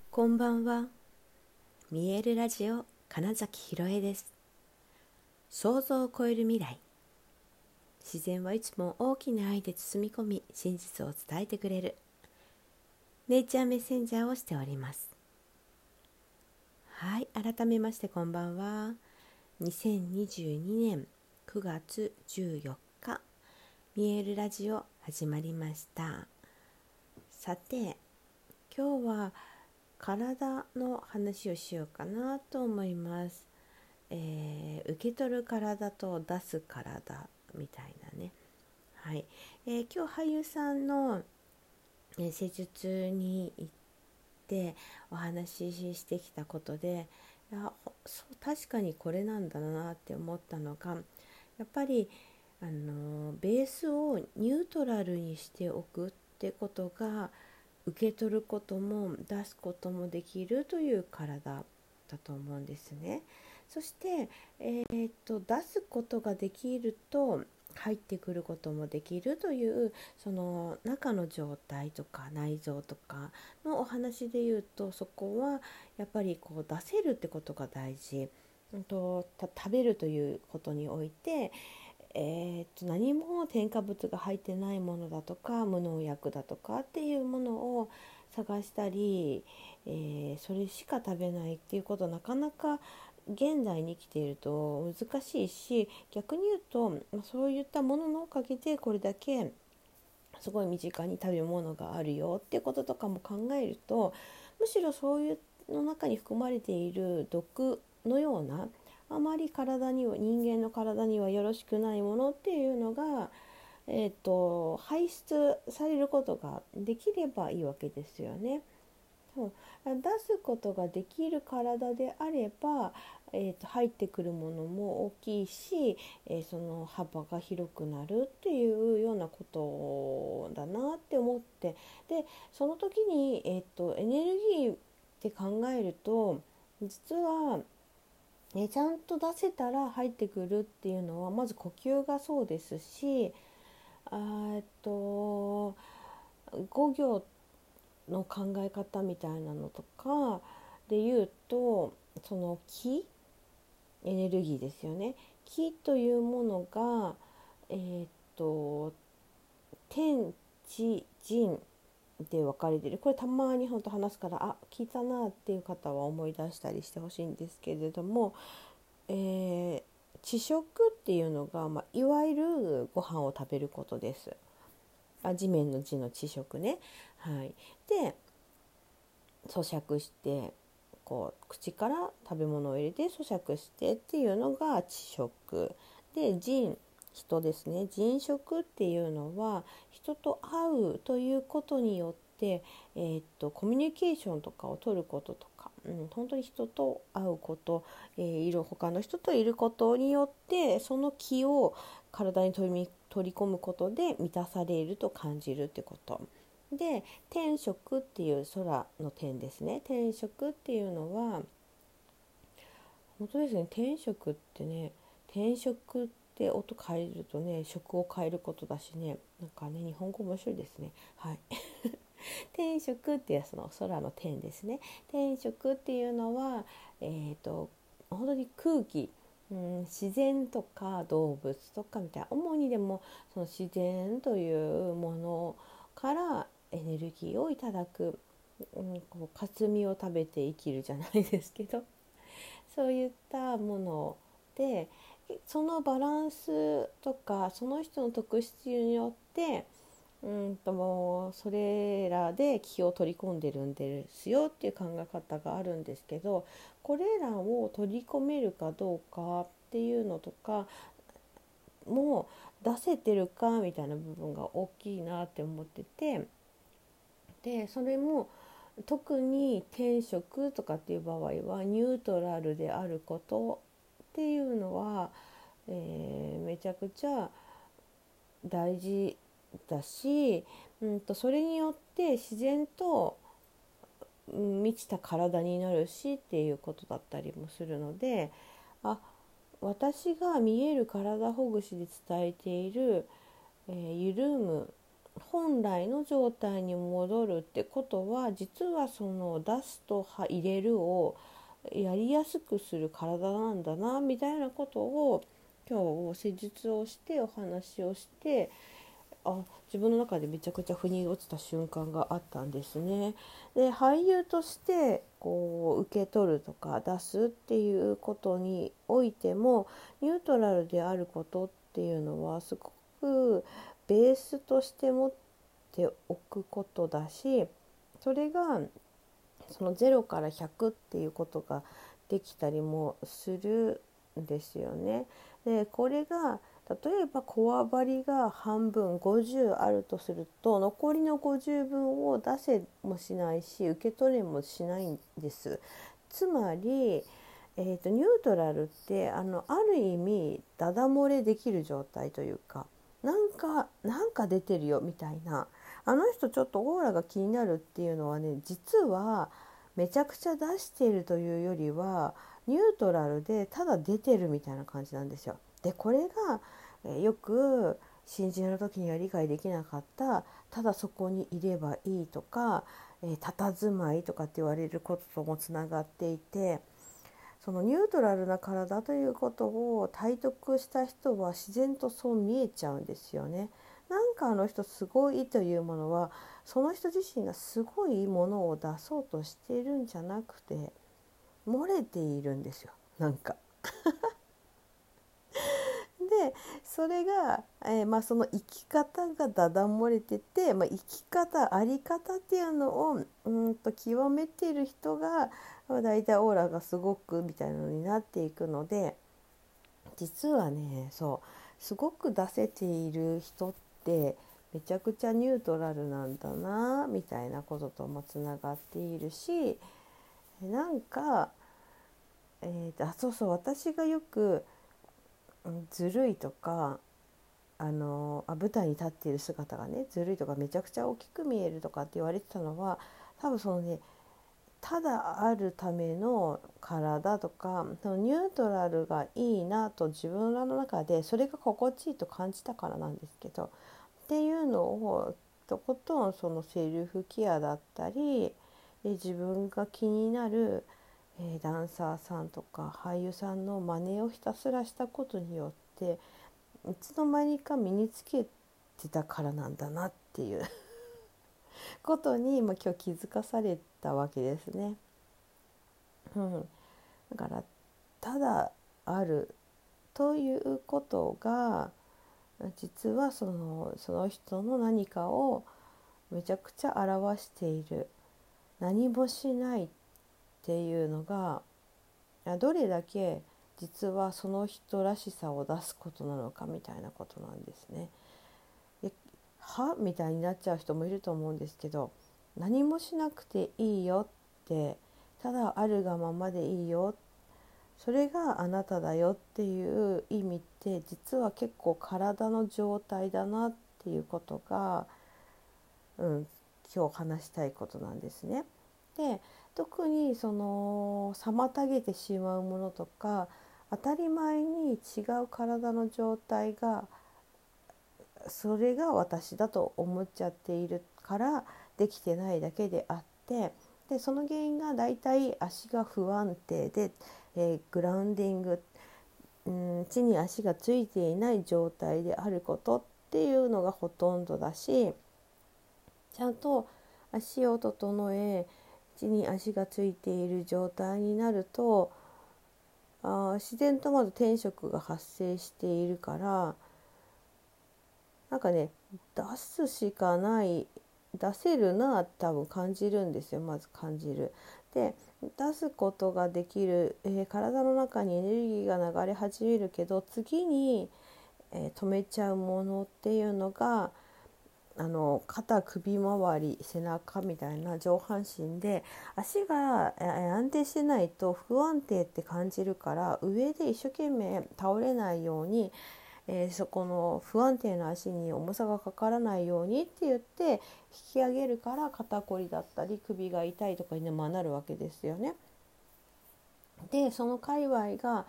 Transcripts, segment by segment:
こんばんは。見えるラジオ金崎ひろえです。想像を超える未来。自然はいつも大きな愛で包み込み、真実を伝えてくれるネイチャーメッセンジャーをしております。はい、改めましてこんばんは。2022年9月14日、見えるラジオ始まりました。さて、今日は体の話をしようかなと思います。受け取る体と出す体みたいなね。はい。今日俳優さんの、施術に行ってお話ししてきたことで、そう確かにこれなんだなって思ったのが、やっぱりベースをニュートラルにしておくってことが、受け取ることも出すこともできるという体だと思うんですね。そして、出すことができると入ってくることもできるという、その中の状態とか内臓とかのお話で言うと、そこはやっぱりこう出せるってことが大事。食べるということにおいて、何も添加物が入ってないものだとか無農薬だとかっていうものを探したり、それしか食べないっていうことなかなか現代に生きていると難しいし、逆に言うとそういったもののおかげでこれだけすごい身近に食べ物があるよっていうこととかも考えると、むしろそういうの中に含まれている毒のような、あまり体には人間の体にはよろしくないものっていうのが、排出されることができればいいわけですよね。出すことができる体であれば、入ってくるものも大きいし、その幅が広くなるっていうようなことだなって思って、でその時に、エネルギーって考えると、実は、ちゃんと出せたら入ってくるっていうのは、まず呼吸がそうですし、5行の考え方みたいなのとかで言うと、その気、エネルギーですよね。気というものが、えーっと天地人で分かれている。これたまに本当話すから、聞いたなっていう方は思い出したりしてほしいんですけれども、地食っていうのが、いわゆるご飯を食べることです。地面の地の地食ね。はい。で咀嚼して、こう口から食べ物を入れて咀嚼してっていうのが地食で、人ですね。人食っていうのは人と会うということによって、コミュニケーションとかを取ることとか、本当に人と会うこと、他の人といることによって、その気を体に取り込むことで満たされると感じるってことで、天食っていう空の天ですね。天食っていうのは本当ですね。天食ってね、天食って音変えるとね、食を変えることだしね、なんかね、日本語面白いですね。はい。天食っていうその空の天ですね。天食っていうのは、本当に空気、自然とか動物とかみたいな、主にでもその自然というものからエネルギーをいただく、こう霞を食べて生きるじゃないですけど、そういったもので、そのバランスとかその人の特質によってもうそれらで気を取り込んでるんですよっていう考え方があるんですけど、これらを取り込めるかどうかっていうのとかも出せてるかみたいな部分が大きいなって思ってて、でそれも特に転職とかっていう場合はニュートラルであることっていうのは、めちゃくちゃ大事だし、それによって自然と、満ちた体になるしっていうことだったりもするので、私が見える体ほぐしで伝えている、緩む本来の状態に戻るってことは、実はその出すと入れるをやりやすくする体なんだなみたいなことを今日施術をしてお話をして、自分の中でめちゃくちゃ腑に落ちた瞬間があったんですね。で、俳優としてこう受け取るとか出すっていうことにおいても、ニュートラルであることっていうのはすごくベースとして持っておくことだし、それがその0から100っていうことができたりもするんですよね。で、これが例えばこわばりが半分50あるとすると、残りの50分を出せもしないし受け取れもしないんです。つまり、ニュートラルってある意味ダダ漏れできる状態というか、なんか出てるよみたいな、あの人ちょっとオーラが気になるっていうのはね、実はめちゃくちゃ出しているというよりはニュートラルでただ出てるみたいな感じなんですよ。で、これがよく新人の時には理解できなかった、ただそこにいればいいとか、佇まいとかって言われることともつながっていて、そのニュートラルな体ということを体得した人は自然とそう見えちゃうんですよね。なんかあの人すごいというものは、その人自身がすごいものを出そうとしているんじゃなくて、漏れているんですよ。なんかで、それが、その生き方がだだ漏れてて、生き方あり方っていうのを極めている人が、だいたいオーラがすごくみたいなのになっていくので、実はね、すごく出せている人ってめちゃくちゃニュートラルなんだなみたいなことともつながっているし、なんか、そうそう、私がよくずるいとか、舞台に立っている姿がねずるいとかめちゃくちゃ大きく見えるとかって言われてたのは、多分そのね、ただあるための体とか、そのニュートラルがいいなと自分らの中でそれが心地いいと感じたからなんですけど、っていうのをとことんそのセルフケアだったり、自分が気になるダンサーさんとか俳優さんの真似をひたすらしたことによって、いつの間にか身につけてたからなんだなっていうことに、今日気づかされたわけですね。だからただあるということが、実はその人の何かをめちゃくちゃ表している。何もしないっていうのがどれだけ実はその人らしさを出すことなのかみたいなことなんですね。みたいになっちゃう人もいると思うんですけど、何もしなくていいよって、ただあるがままでいいよ、それがあなただよっていう意味って、実は結構体の状態だなっていうことが、今日話したいことなんですね。で、特にその妨げてしまうものとか、当たり前に違う体の状態が、それが私だと思っちゃっているからできてないだけであって、でその原因がだいたい足が不安定で、グラウンディング、地に足がついていない状態であることっていうのがほとんどだし、ちゃんと足を整え地に足がついている状態になると、自然とまず天職が発生しているから、なんかね、出すしかない、出せるな多分感じるんですよ。まず感じる。で、出すことができる、体の中にエネルギーが流れ始めるけど、次に、止めちゃうものっていうのが、肩首周り背中みたいな上半身で、足が安定してないと不安定って感じるから、上で一生懸命倒れないように、そこの不安定な足に重さがかからないようにって言って引き上げるから、肩こりだったり首が痛いとかになるわけですよね。でその界隈が、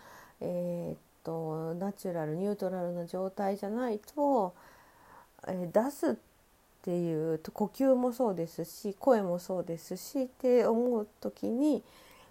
ナチュラルニュートラルな状態じゃないと、出すっていうと、呼吸もそうですし声もそうですしって思う時に、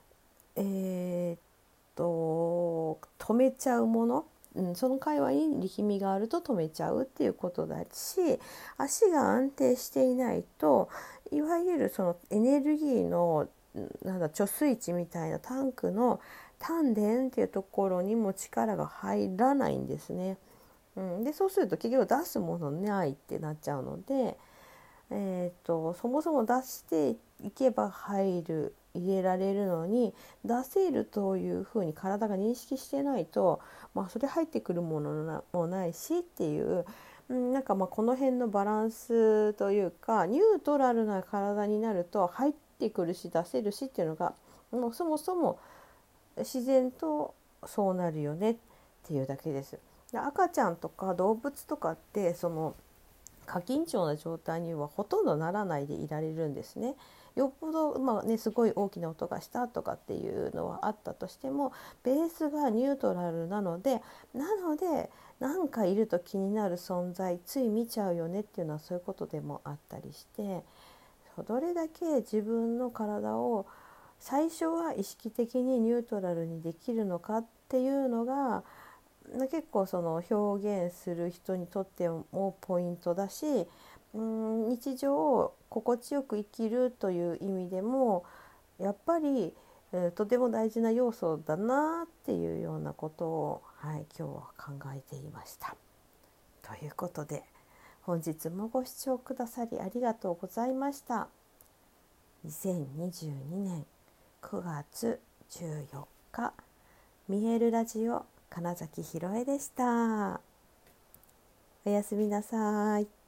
止めちゃうもの、その会話に力みがあると止めちゃうっていうことだし、足が安定していないといわゆるそのエネルギーの貯水池みたいなタンクの丹田っていうところにも力が入らないんですね。でそうすると結局出すものないってなっちゃうので、そもそも出していけば入れられるのに、出せるというふうに体が認識してないと、それ入ってくるものもないしっていう、なんかこの辺のバランスというか、ニュートラルな体になると入ってくるし出せるしっていうのがもうそもそも自然とそうなるよねっていうだけです。で、赤ちゃんとか動物とかってその過緊張な状態にはほとんどならないでいられるんですね。よっぽど、すごい大きな音がしたとかっていうのはあったとしても、ベースがニュートラルなのでなんかいると気になる存在つい見ちゃうよねっていうのはそういうことでもあったりして、どれだけ自分の体を最初は意識的にニュートラルにできるのかっていうのが結構その表現する人にとってもポイントだし、日常を心地よく生きるという意味でもやっぱり、とても大事な要素だなっていうようなことを、今日は考えていました。ということで本日もご視聴くださりありがとうございました。2022年9月14日見えるラジオ金崎ひろえでした。おやすみなさい。